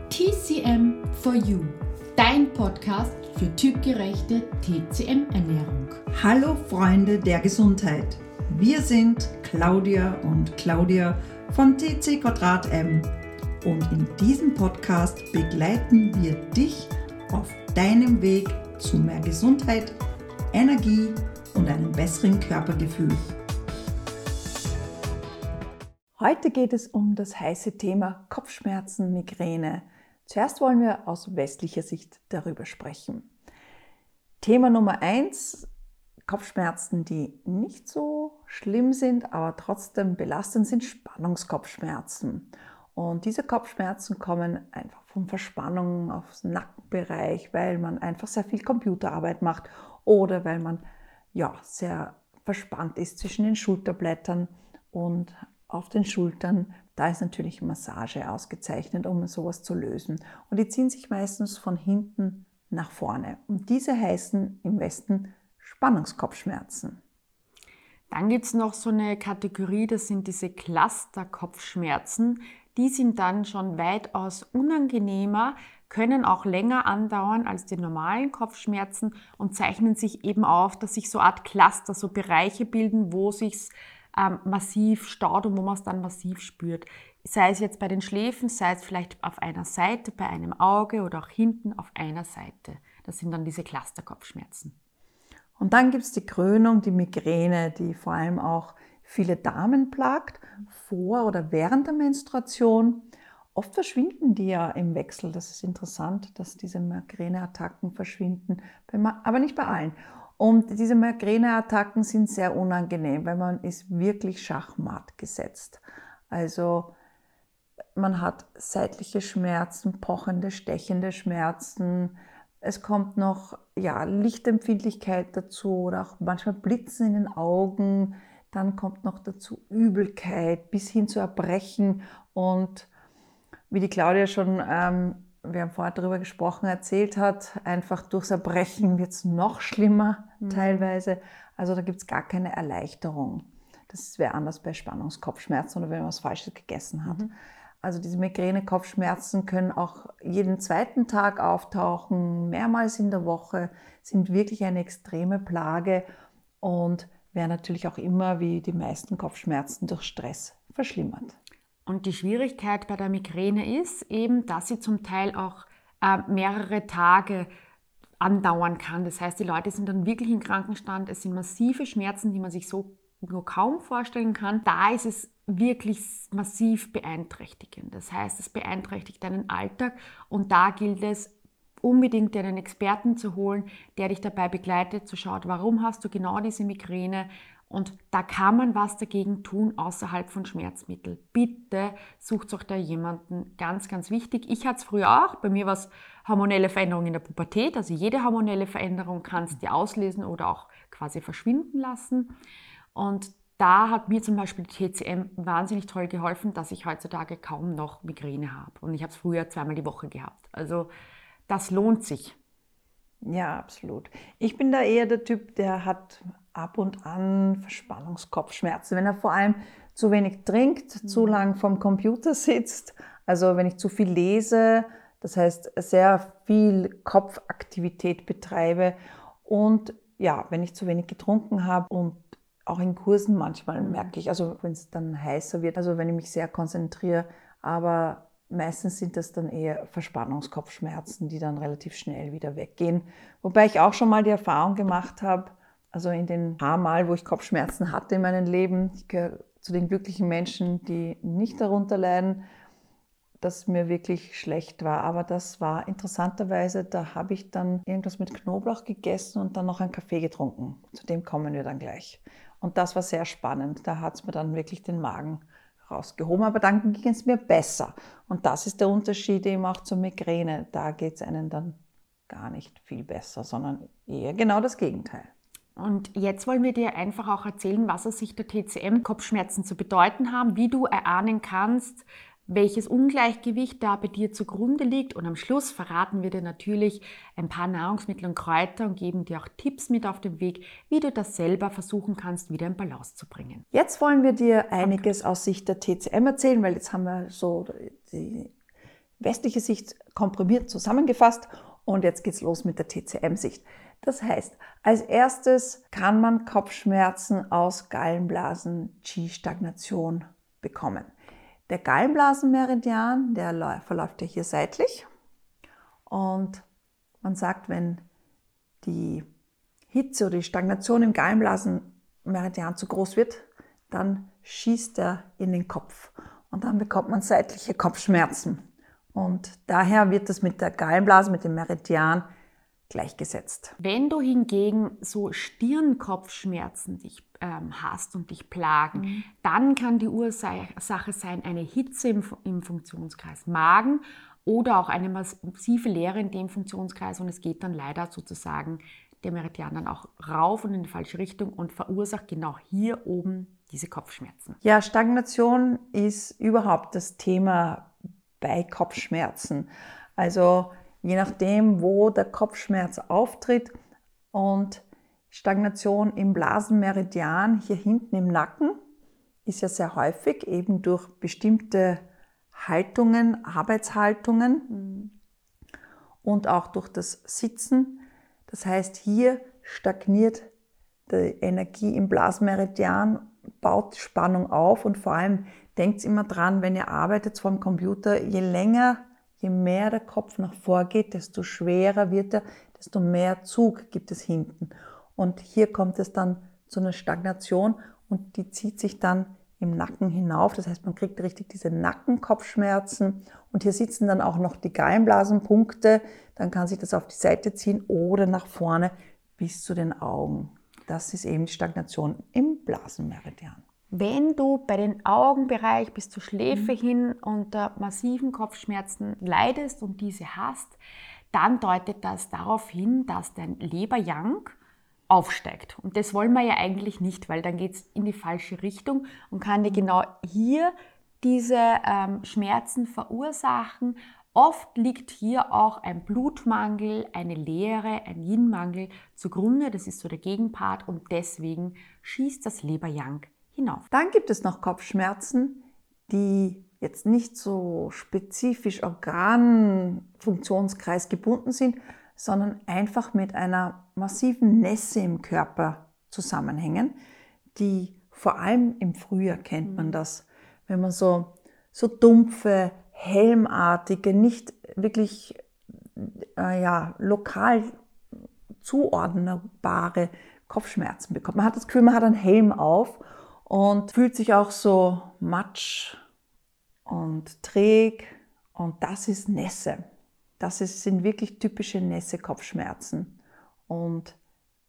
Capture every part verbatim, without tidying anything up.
T C M for You, dein Podcast für typgerechte T C M-Ernährung. Hallo Freunde der Gesundheit, wir sind Claudia und Claudia von T C Quadrat M und in diesem Podcast begleiten wir dich auf deinem Weg zu mehr Gesundheit, Energie und einem besseren Körpergefühl. Heute geht es um das heiße Thema Kopfschmerzen, Migräne. Zuerst wollen wir aus westlicher Sicht darüber sprechen. Thema Nummer eins, Kopfschmerzen, die nicht so schlimm sind, aber trotzdem belastend sind, Spannungskopfschmerzen. Und diese Kopfschmerzen kommen einfach von Verspannungen aufs Nackenbereich, weil man einfach sehr viel Computerarbeit macht oder weil man ja, sehr verspannt ist zwischen den Schulterblättern und auf den Schultern. Da ist natürlich Massage ausgezeichnet, um sowas zu lösen. Und die ziehen sich meistens von hinten nach vorne. Und diese heißen im Westen Spannungskopfschmerzen. Dann gibt es noch so eine Kategorie, das sind diese Cluster-Kopfschmerzen. Die sind dann schon weitaus unangenehmer, können auch länger andauern als die normalen Kopfschmerzen und zeichnen sich eben auf, dass sich so eine Art Cluster, so Bereiche bilden, wo sich ähm, massiv staut und wo man es dann massiv spürt. Sei es jetzt bei den Schläfen, sei es vielleicht auf einer Seite, bei einem Auge oder auch hinten auf einer Seite. Das sind dann diese Cluster-Kopfschmerzen. Und dann gibt es die Krönung, die Migräne, die vor allem auch viele Damen plagt, vor oder während der Menstruation. Oft verschwinden die ja im Wechsel. Das ist interessant, dass diese Migräneattacken verschwinden, aber nicht bei allen. Und diese Migräneattacken sind sehr unangenehm, weil man ist wirklich schachmatt gesetzt. Also man hat seitliche Schmerzen, pochende, stechende Schmerzen. Es kommt noch ja, Lichtempfindlichkeit dazu oder auch manchmal Blitzen in den Augen. Dann kommt noch dazu Übelkeit bis hin zu Erbrechen. Und wie die Claudia schon, ähm, wir haben vorher darüber gesprochen, erzählt hat, einfach durchs Erbrechen wird es noch schlimmer mhm. teilweise. Also da gibt es gar keine Erleichterung. Das wäre anders bei Spannungskopfschmerzen oder wenn man was Falsches gegessen hat. Mhm. Also diese Migräne-Kopfschmerzen können auch jeden zweiten Tag auftauchen, mehrmals in der Woche, sind wirklich eine extreme Plage und werden natürlich auch immer, wie die meisten Kopfschmerzen, durch Stress verschlimmert. Und die Schwierigkeit bei der Migräne ist eben, dass sie zum Teil auch äh, mehrere Tage andauern kann. Das heißt, die Leute sind dann wirklich im Krankenstand. Es sind massive Schmerzen, die man sich so nur kaum vorstellen kann. Da ist es wirklich massiv beeinträchtigend. Das heißt, es beeinträchtigt deinen Alltag und da gilt es, unbedingt dir einen Experten zu holen, der dich dabei begleitet, zu schauen, warum hast du genau diese Migräne. Und da kann man was dagegen tun, außerhalb von Schmerzmitteln. Bitte sucht euch da jemanden, ganz, ganz wichtig. Ich hatte es früher auch, bei mir war es hormonelle Veränderung in der Pubertät. Also jede hormonelle Veränderung kannst du auslösen oder auch quasi verschwinden lassen. Und da hat mir zum Beispiel die T C M wahnsinnig toll geholfen, dass ich heutzutage kaum noch Migräne habe. Und ich habe es früher zweimal die Woche gehabt. Also das lohnt sich. Ja, absolut. Ich bin da eher der Typ, der hat ab und an Verspannungskopfschmerzen, wenn er vor allem zu wenig trinkt, mhm. zu lang vom Computer sitzt, also wenn ich zu viel lese, das heißt sehr viel Kopfaktivität betreibe und ja, wenn ich zu wenig getrunken habe und auch in Kursen manchmal mhm. merke ich, also wenn es dann heißer wird, also wenn ich mich sehr konzentriere, aber meistens sind das dann eher Verspannungskopfschmerzen, die dann relativ schnell wieder weggehen. Wobei ich auch schon mal die Erfahrung gemacht habe, also in den paar Mal, wo ich Kopfschmerzen hatte in meinem Leben, ich gehöre zu den glücklichen Menschen, die nicht darunter leiden, dass mir wirklich schlecht war. Aber das war interessanterweise, da habe ich dann irgendwas mit Knoblauch gegessen und dann noch einen Kaffee getrunken. Zu dem kommen wir dann gleich. Und das war sehr spannend. Da hat es mir dann wirklich den Magen rausgehoben, aber dann ging es mir besser. Und das ist der Unterschied eben auch zur Migräne. Da geht es einem dann gar nicht viel besser, sondern eher genau das Gegenteil. Und jetzt wollen wir dir einfach auch erzählen, was aus Sicht der T C M Kopfschmerzen zu bedeuten haben, wie du erahnen kannst, welches Ungleichgewicht da bei dir zugrunde liegt. Und am Schluss verraten wir dir natürlich ein paar Nahrungsmittel und Kräuter und geben dir auch Tipps mit auf den Weg, wie du das selber versuchen kannst, wieder in Balance zu bringen. Jetzt wollen wir dir einiges aus Sicht der T C M erzählen, weil jetzt haben wir so die westliche Sicht komprimiert zusammengefasst und jetzt geht's los mit der T C M-Sicht. Das heißt, als erstes kann man Kopfschmerzen aus Gallenblasen-Qi-Stagnation bekommen. Der Gallenblasenmeridian, der verläuft ja hier seitlich und man sagt, wenn die Hitze oder die Stagnation im Gallenblasenmeridian zu groß wird, dann schießt er in den Kopf und dann bekommt man seitliche Kopfschmerzen. Und daher wird es mit der Gallenblase, mit dem Meridian gleichgesetzt. Wenn du hingegen so Stirnkopfschmerzen dich ähm, hast und dich plagen, mhm. dann kann die Ursache sein eine Hitze im, im Funktionskreis Magen oder auch eine massive Leere in dem Funktionskreis und es geht dann leider sozusagen der Meridian dann auch rauf und in die falsche Richtung und verursacht genau hier oben diese Kopfschmerzen. Ja, Stagnation ist überhaupt das Thema bei Kopfschmerzen. Also je nachdem, wo der Kopfschmerz auftritt und Stagnation im Blasenmeridian hier hinten im Nacken ist ja sehr häufig eben durch bestimmte Haltungen, Arbeitshaltungen mhm. und auch durch das Sitzen. Das heißt, hier stagniert die Energie im Blasenmeridian, baut Spannung auf und vor allem denkt immer dran, wenn ihr arbeitet vor dem Computer, je länger, je mehr der Kopf nach vorgeht, desto schwerer wird er, desto mehr Zug gibt es hinten. Und hier kommt es dann zu einer Stagnation und die zieht sich dann im Nacken hinauf. Das heißt, man kriegt richtig diese Nackenkopfschmerzen und hier sitzen dann auch noch die Gallenblasenpunkte. Dann kann sich das auf die Seite ziehen oder nach vorne bis zu den Augen. Das ist eben die Stagnation im Blasenmeridian. Wenn du bei den Augenbereich bis zur Schläfe mhm. hin unter massiven Kopfschmerzen leidest und diese hast, dann deutet das darauf hin, dass dein Leber-Yang aufsteigt. Und das wollen wir ja eigentlich nicht, weil dann geht es in die falsche Richtung und kann dir genau hier diese ähm, Schmerzen verursachen. Oft liegt hier auch ein Blutmangel, eine Leere, ein Yin-Mangel zugrunde. Das ist so der Gegenpart und deswegen schießt das Leber-Yang hinauf. Dann gibt es noch Kopfschmerzen, die jetzt nicht so spezifisch Organfunktionskreis gebunden sind, sondern einfach mit einer massiven Nässe im Körper zusammenhängen, die vor allem im Frühjahr kennt man das, wenn man so, so dumpfe, helmartige, nicht wirklich äh, ja, lokal zuordnbare Kopfschmerzen bekommt. Man hat das Gefühl, man hat einen Helm auf und fühlt sich auch so matsch und träg und das ist Nässe. Das ist, sind wirklich typische Nässe-Kopfschmerzen und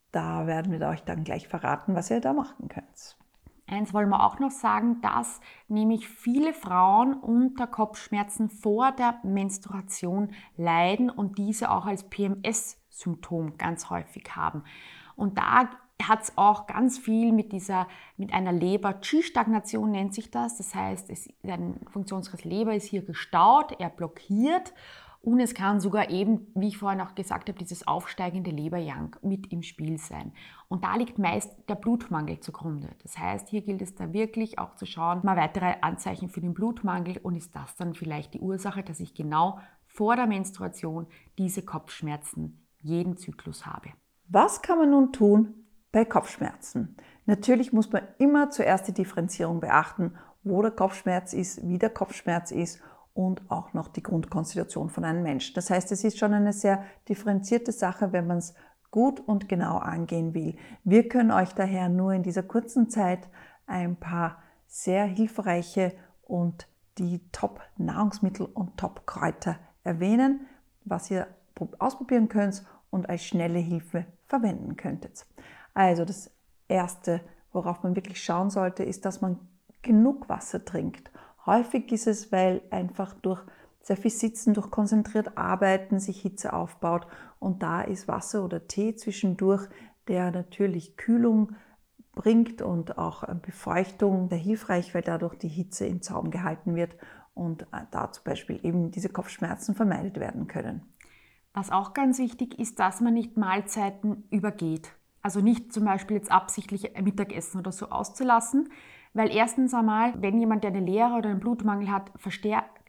da werden wir euch dann gleich verraten, was ihr da machen könnt. Eins wollen wir auch noch sagen, dass nämlich viele Frauen unter Kopfschmerzen vor der Menstruation leiden und diese auch als P M S-Symptom ganz häufig haben. Und da hat es auch ganz viel mit dieser, mit einer Leber-Qi-Stagnation nennt sich das. Das heißt, es, ein Funktionskreis Leber ist hier gestaut, er blockiert. Und es kann sogar eben, wie ich vorhin auch gesagt habe, dieses aufsteigende Leber-Yang mit im Spiel sein. Und da liegt meist der Blutmangel zugrunde. Das heißt, hier gilt es da wirklich auch zu schauen, mal weitere Anzeichen für den Blutmangel und ist das dann vielleicht die Ursache, dass ich genau vor der Menstruation diese Kopfschmerzen jeden Zyklus habe. Was kann man nun tun bei Kopfschmerzen? Natürlich muss man immer zuerst die Differenzierung beachten, wo der Kopfschmerz ist, wie der Kopfschmerz ist und auch noch die Grundkonstitution von einem Menschen. Das heißt, es ist schon eine sehr differenzierte Sache, wenn man es gut und genau angehen will. Wir können euch daher nur in dieser kurzen Zeit ein paar sehr hilfreiche und die Top-Nahrungsmittel und Top-Kräuter erwähnen, was ihr ausprobieren könnt und als schnelle Hilfe verwenden könntet. Also das Erste, worauf man wirklich schauen sollte, ist, dass man genug Wasser trinkt. Häufig ist es, weil einfach durch sehr viel Sitzen, durch konzentriert Arbeiten sich Hitze aufbaut und da ist Wasser oder Tee zwischendurch, der natürlich Kühlung bringt und auch Befeuchtung, der hilfreich, weil dadurch die Hitze im Zaum gehalten wird und da zum Beispiel eben diese Kopfschmerzen vermeidet werden können. Was auch ganz wichtig ist, dass man nicht Mahlzeiten übergeht. Also nicht zum Beispiel jetzt absichtlich Mittagessen oder so auszulassen, weil erstens einmal, wenn jemand eine Leere oder einen Blutmangel hat, verstärkt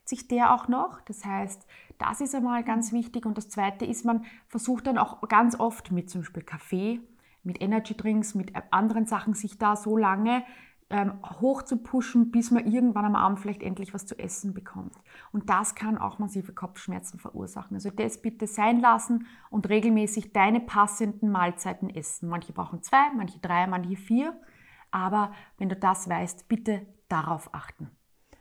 sich der auch noch. Das heißt, das ist einmal ganz wichtig. Und das Zweite ist, man versucht dann auch ganz oft mit zum Beispiel Kaffee, mit Energy Drinks, mit anderen Sachen, sich da so lange ähm, hoch zu pushen, bis man irgendwann am Abend vielleicht endlich was zu essen bekommt. Und das kann auch massive Kopfschmerzen verursachen. Also das bitte sein lassen und regelmäßig deine passenden Mahlzeiten essen. Manche brauchen zwei, manche drei, manche vier. Aber wenn du das weißt, bitte darauf achten.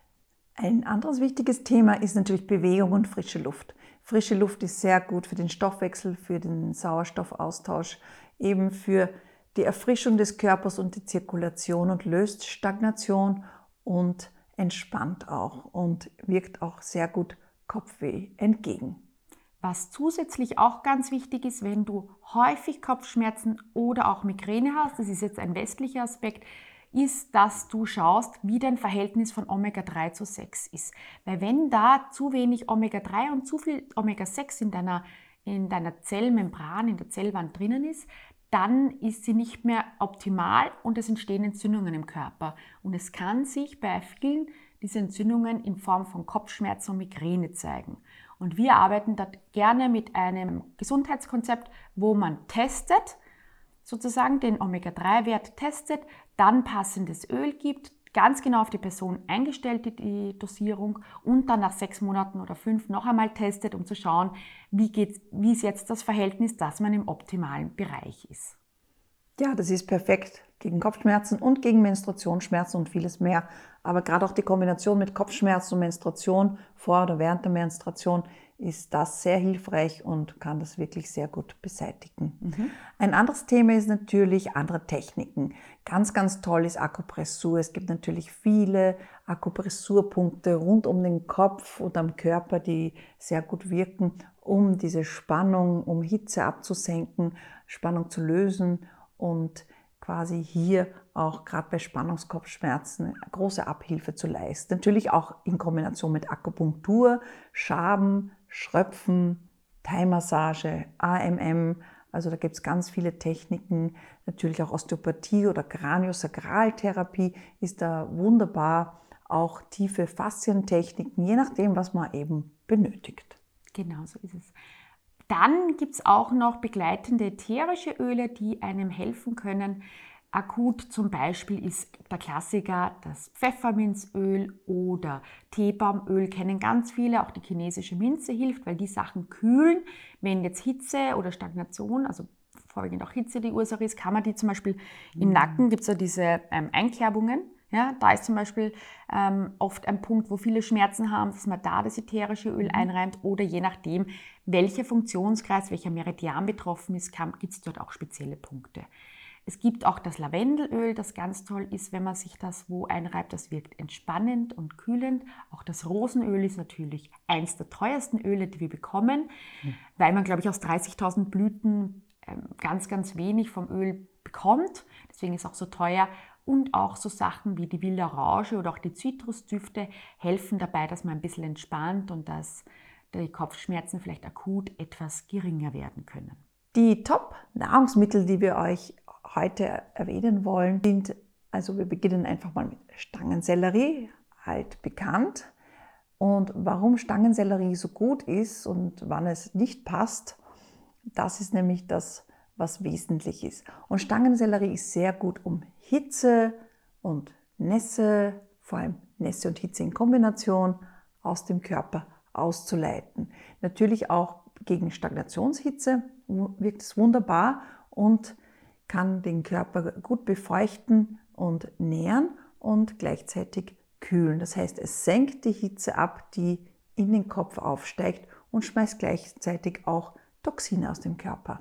Ein anderes wichtiges Thema ist natürlich Bewegung und frische Luft. Frische Luft ist sehr gut für den Stoffwechsel, für den Sauerstoffaustausch, eben für die Erfrischung des Körpers und die Zirkulation und löst Stagnation und entspannt auch und wirkt auch sehr gut Kopfweh entgegen. Was zusätzlich auch ganz wichtig ist, wenn du häufig Kopfschmerzen oder auch Migräne hast, das ist jetzt ein westlicher Aspekt, ist, dass du schaust, wie dein Verhältnis von Omega drei zu sechs ist. Weil wenn da zu wenig Omega drei und zu viel Omega sechs in deiner, in deiner Zellmembran, in der Zellwand drinnen ist, dann ist sie nicht mehr optimal und es entstehen Entzündungen im Körper. Und es kann sich bei vielen diese Entzündungen in Form von Kopfschmerzen und Migräne zeigen. Und wir arbeiten da gerne mit einem Gesundheitskonzept, wo man testet, sozusagen den Omega drei Wert testet, dann passendes Öl gibt, ganz genau auf die Person eingestellt, die, die Dosierung, und dann nach sechs Monaten oder fünf noch einmal testet, um zu schauen, wie, geht's, wie ist jetzt das Verhältnis, dass man im optimalen Bereich ist. Ja, das ist perfekt gegen Kopfschmerzen und gegen Menstruationsschmerzen und vieles mehr. Aber gerade auch die Kombination mit Kopfschmerzen und Menstruation vor oder während der Menstruation ist das sehr hilfreich und kann das wirklich sehr gut beseitigen. Mhm. Ein anderes Thema ist natürlich andere Techniken. Ganz, ganz toll ist Akupressur. Es gibt natürlich viele Akupressurpunkte rund um den Kopf und am Körper, die sehr gut wirken, um diese Spannung, um Hitze abzusenken, Spannung zu lösen und quasi hier auch gerade bei Spannungskopfschmerzen große Abhilfe zu leisten. Natürlich auch in Kombination mit Akupunktur, Schaben, Schröpfen, Thai-Massage, A M M. Also da gibt es ganz viele Techniken. Natürlich auch Osteopathie oder Kraniosakraltherapie ist da wunderbar. Auch tiefe Faszientechniken, je nachdem, was man eben benötigt. Genau so ist es. Dann gibt es auch noch begleitende ätherische Öle, die einem helfen können. Akut zum Beispiel ist der Klassiker das Pfefferminzöl oder Teebaumöl, kennen ganz viele. Auch die chinesische Minze hilft, weil die Sachen kühlen. Wenn jetzt Hitze oder Stagnation, also vorwiegend auch Hitze die Ursache ist, kann man die zum Beispiel mhm. im Nacken, gibt es ja diese ähm, Einkerbungen. Ja, da ist zum Beispiel ähm, oft ein Punkt, wo viele Schmerzen haben, dass man da das ätherische Öl einreimt, oder je nachdem, welcher Funktionskreis, welcher Meridian betroffen ist, gibt es dort auch spezielle Punkte. Es gibt auch das Lavendelöl, das ganz toll ist, wenn man sich das wo einreibt. Das wirkt entspannend und kühlend. Auch das Rosenöl ist natürlich eins der teuersten Öle, die wir bekommen, mhm. weil man, glaube ich, aus dreißigtausend Blüten ähm, ganz, ganz wenig vom Öl bekommt. Deswegen ist es auch so teuer. Und auch so Sachen wie die wilde Orange oder auch die Zitrusdüfte helfen dabei, dass man ein bisschen entspannt und dass die Kopfschmerzen vielleicht akut etwas geringer werden können. Die Top-Nahrungsmittel, die wir euch heute erwähnen wollen, sind, also wir beginnen einfach mal mit Stangensellerie, halt bekannt. Und warum Stangensellerie so gut ist und wann es nicht passt, das ist nämlich das, was wesentlich ist. Und Stangensellerie ist sehr gut, um Hitze und Nässe, vor allem Nässe und Hitze in Kombination, aus dem Körper auszuleiten. Natürlich auch gegen Stagnationshitze wirkt es wunderbar und kann den Körper gut befeuchten und nähren und gleichzeitig kühlen. Das heißt, es senkt die Hitze ab, die in den Kopf aufsteigt, und schmeißt gleichzeitig auch Toxine aus dem Körper.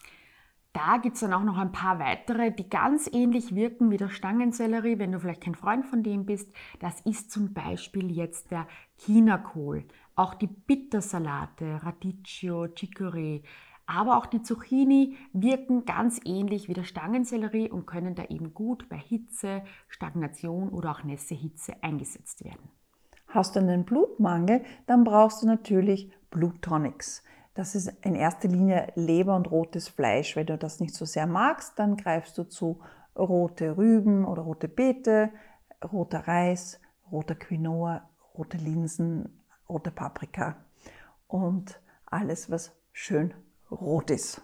Da gibt es dann auch noch ein paar weitere, die ganz ähnlich wirken wie der Stangensellerie, wenn du vielleicht kein Freund von dem bist. Das ist zum Beispiel jetzt der Chinakohl, auch die Bittersalate, Radicchio, Chicorée, aber auch die Zucchini wirken ganz ähnlich wie der Stangensellerie und können da eben gut bei Hitze, Stagnation oder auch Nässehitze eingesetzt werden. Hast du einen Blutmangel, dann brauchst du natürlich Bluttonics. Das ist in erster Linie Leber und rotes Fleisch. Wenn du das nicht so sehr magst, dann greifst du zu rote Rüben oder rote Beete, roter Reis, roter Quinoa, rote Linsen, rote Paprika und alles, was schön rot ist.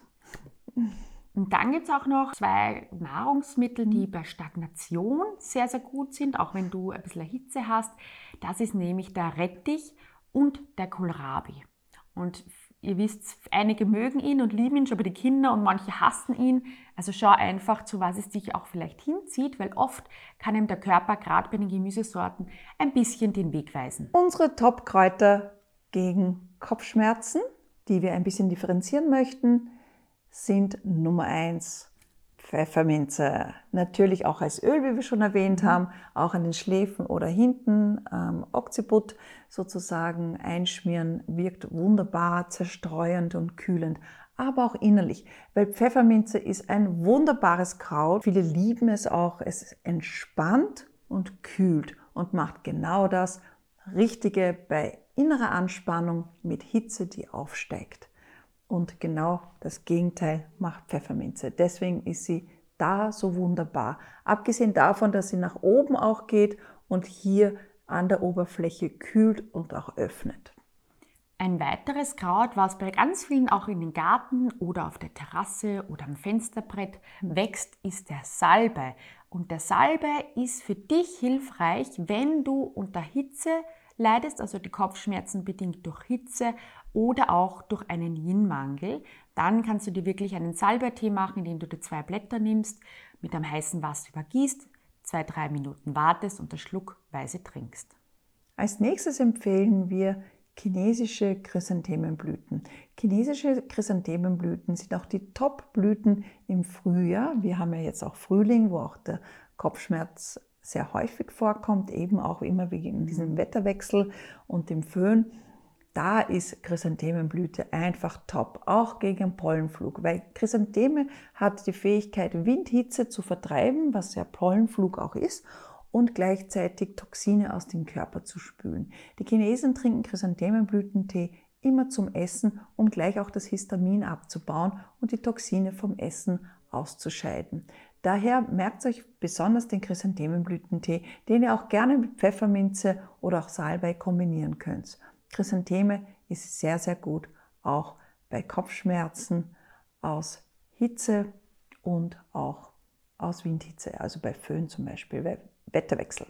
Und dann gibt es auch noch zwei Nahrungsmittel, die bei Stagnation sehr, sehr gut sind, auch wenn du ein bisschen Hitze hast. Das ist nämlich der Rettich und der Kohlrabi. Und ihr wisst, einige mögen ihn und lieben ihn, schon bei den Kindern, und manche hassen ihn. Also schau einfach, zu was es dich auch vielleicht hinzieht, weil oft kann ihm der Körper, gerade bei den Gemüsesorten, ein bisschen den Weg weisen. Unsere Top-Kräuter gegen Kopfschmerzen, die wir ein bisschen differenzieren möchten, sind Nummer eins Pfefferminze. Natürlich auch als Öl, wie wir schon erwähnt haben, auch an den Schläfen oder hinten. Ähm, Occiput sozusagen einschmieren, wirkt wunderbar, zerstreuend und kühlend, aber auch innerlich, weil Pfefferminze ist ein wunderbares Kraut. Viele lieben es auch. Es entspannt und kühlt und macht genau das Richtige bei innerer Anspannung mit Hitze, die aufsteigt. Und genau das Gegenteil macht Pfefferminze. Deswegen ist sie da so wunderbar. Abgesehen davon, dass sie nach oben auch geht und hier an der Oberfläche kühlt und auch öffnet. Ein weiteres Kraut, was bei ganz vielen auch in den Garten oder auf der Terrasse oder am Fensterbrett wächst, ist der Salbei. Und der Salbei ist für dich hilfreich, wenn du unter Hitze leidest, also die Kopfschmerzen bedingt durch Hitze oder auch durch einen Yin-Mangel. Dann kannst du dir wirklich einen Salbeitee machen, indem du dir zwei Blätter nimmst, mit einem heißen Wasser übergießt, zwei, drei Minuten wartest und das schluckweise trinkst. Als nächstes empfehlen wir chinesische Chrysanthemenblüten. Chinesische Chrysanthemenblüten sind auch die Top-Blüten im Frühjahr. Wir haben ja jetzt auch Frühling, wo auch der Kopfschmerz sehr häufig vorkommt, eben auch immer wegen diesem Wetterwechsel und dem Föhn. Da ist Chrysanthemenblüte einfach top, auch gegen Pollenflug, weil Chrysantheme hat die Fähigkeit, Windhitze zu vertreiben, was ja Pollenflug auch ist, und gleichzeitig Toxine aus dem Körper zu spülen. Die Chinesen trinken Chrysanthemenblütentee immer zum Essen, um gleich auch das Histamin abzubauen und die Toxine vom Essen auszuscheiden. Daher merkt euch besonders den Chrysanthemenblütentee, den ihr auch gerne mit Pfefferminze oder auch Salbei kombinieren könnt. Chrysantheme ist sehr, sehr gut, auch bei Kopfschmerzen, aus Hitze und auch aus Windhitze, also bei Föhn zum Beispiel, bei Wetterwechsel.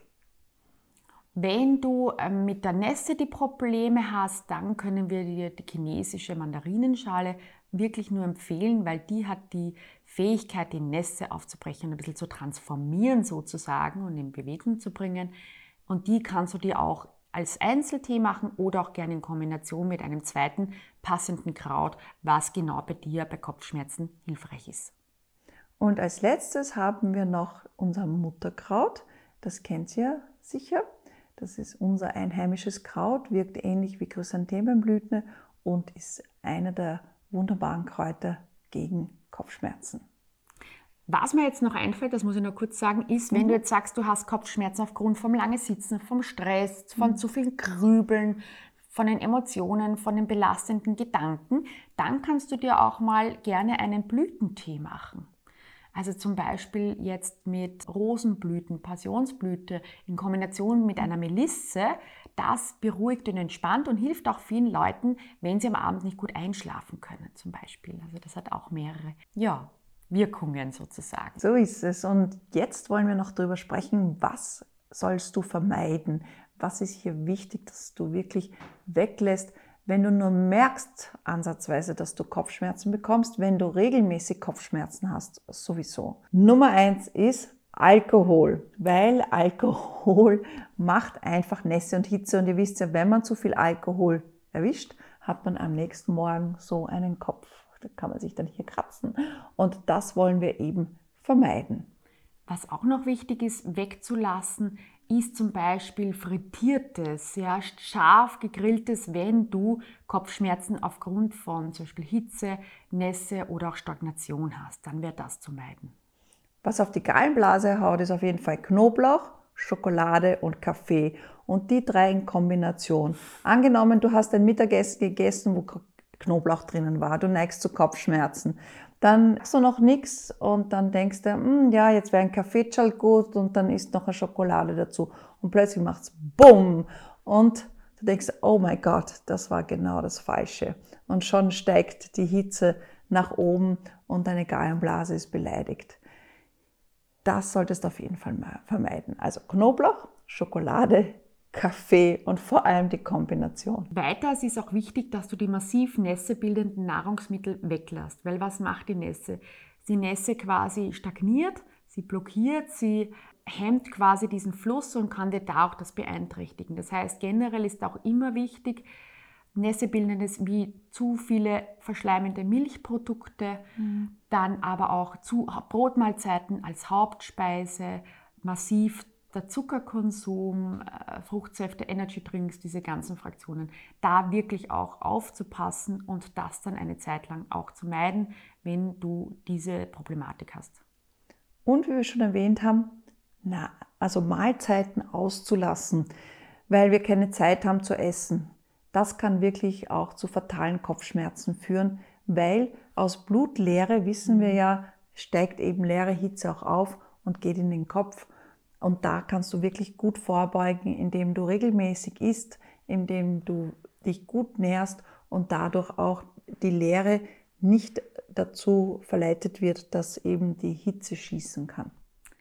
Wenn du ähm, mit der Nässe die Probleme hast, dann können wir dir die chinesische Mandarinenschale wirklich nur empfehlen, weil die hat die Fähigkeit, die Nässe aufzubrechen, ein bisschen zu transformieren sozusagen und in Bewegung zu bringen. Und die kannst du dir auch als Einzeltee machen oder auch gerne in Kombination mit einem zweiten passenden Kraut, was genau bei dir bei Kopfschmerzen hilfreich ist. Und als letztes haben wir noch unser Mutterkraut. Das kennt ihr sicher. Das ist unser einheimisches Kraut, wirkt ähnlich wie Chrysanthemenblüte und ist einer der wunderbaren Kräuter gegen Kopfschmerzen. Was mir jetzt noch einfällt, das muss ich noch kurz sagen, ist, wenn mhm. du jetzt sagst, du hast Kopfschmerzen aufgrund vom langen Sitzen, vom Stress, von mhm. zu viel Grübeln, von den Emotionen, von den belastenden Gedanken, dann kannst du dir auch mal gerne einen Blütentee machen. Also zum Beispiel jetzt mit Rosenblüten, Passionsblüte in Kombination mit einer Melisse. Das beruhigt und entspannt und hilft auch vielen Leuten, wenn sie am Abend nicht gut einschlafen können zum Beispiel. Also das hat auch mehrere ja, Wirkungen sozusagen. So ist es. Und jetzt wollen wir noch darüber sprechen, was sollst du vermeiden? Was ist hier wichtig, dass du wirklich weglässt? Wenn du nur merkst, ansatzweise, dass du Kopfschmerzen bekommst, wenn du regelmäßig Kopfschmerzen hast, sowieso. Nummer eins ist Alkohol, weil Alkohol macht einfach Nässe und Hitze. Und ihr wisst ja, wenn man zu viel Alkohol erwischt, hat man am nächsten Morgen so einen Kopf. Da kann man sich dann hier kratzen. Und das wollen wir eben vermeiden. Was auch noch wichtig ist, wegzulassen, ist zum Beispiel frittiertes, ja, scharf gegrilltes, wenn du Kopfschmerzen aufgrund von zum Beispiel Hitze, Nässe oder auch Stagnation hast. Dann wäre das zu meiden. Was auf die Gallenblase haut, ist auf jeden Fall Knoblauch, Schokolade und Kaffee. Und die drei in Kombination. Angenommen, du hast ein Mittagessen gegessen, wo Knoblauch drinnen war, du neigst zu Kopfschmerzen. Dann hast du noch nichts und dann denkst du, hm, ja, jetzt wäre ein Kaffeetschal gut und dann isst noch eine Schokolade dazu. Und plötzlich macht es BUM! Und Du denkst, oh mein Gott, das war genau das Falsche. Und schon steigt die Hitze nach oben und deine Gallenblase ist beleidigt. Das solltest du auf jeden Fall mal vermeiden. Also Knoblauch, Schokolade, Kaffee und vor allem die Kombination. Weiter ist auch wichtig, dass du die massiv nässebildenden Nahrungsmittel weglässt. Weil was macht die Nässe? Die Nässe quasi stagniert, sie blockiert, sie hemmt quasi diesen Fluss und kann dir da auch das beeinträchtigen. Das heißt, generell ist auch immer wichtig, Nässebildendes wie zu viele verschleimende Milchprodukte, mhm. dann aber auch zu Brotmahlzeiten als Hauptspeise, massiv der Zuckerkonsum, Fruchtsäfte, Energydrinks, diese ganzen Fraktionen, da wirklich auch aufzupassen und das dann eine Zeit lang auch zu meiden, wenn du diese Problematik hast. Und wie wir schon erwähnt haben, na, also Mahlzeiten auszulassen, weil wir keine Zeit haben zu essen. Das kann wirklich auch zu fatalen Kopfschmerzen führen, weil aus Blutleere, wissen wir ja, steigt eben leere Hitze auch auf und geht in den Kopf. Und da kannst du wirklich gut vorbeugen, indem du regelmäßig isst, indem du dich gut nährst und dadurch auch die Leere nicht dazu verleitet wird, dass eben die Hitze schießen kann.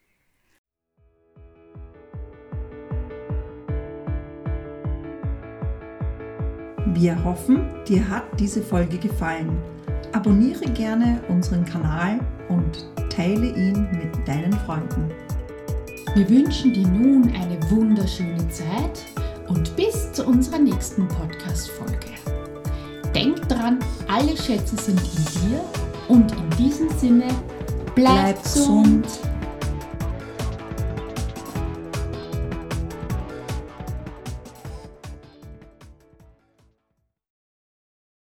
Wir hoffen, dir hat diese Folge gefallen. Abonniere gerne unseren Kanal und teile ihn mit deinen Freunden. Wir wünschen dir nun eine wunderschöne Zeit und bis zu unserer nächsten Podcast-Folge. Denk dran, alle Schätze sind in dir und in diesem Sinne, bleib, bleib gesund.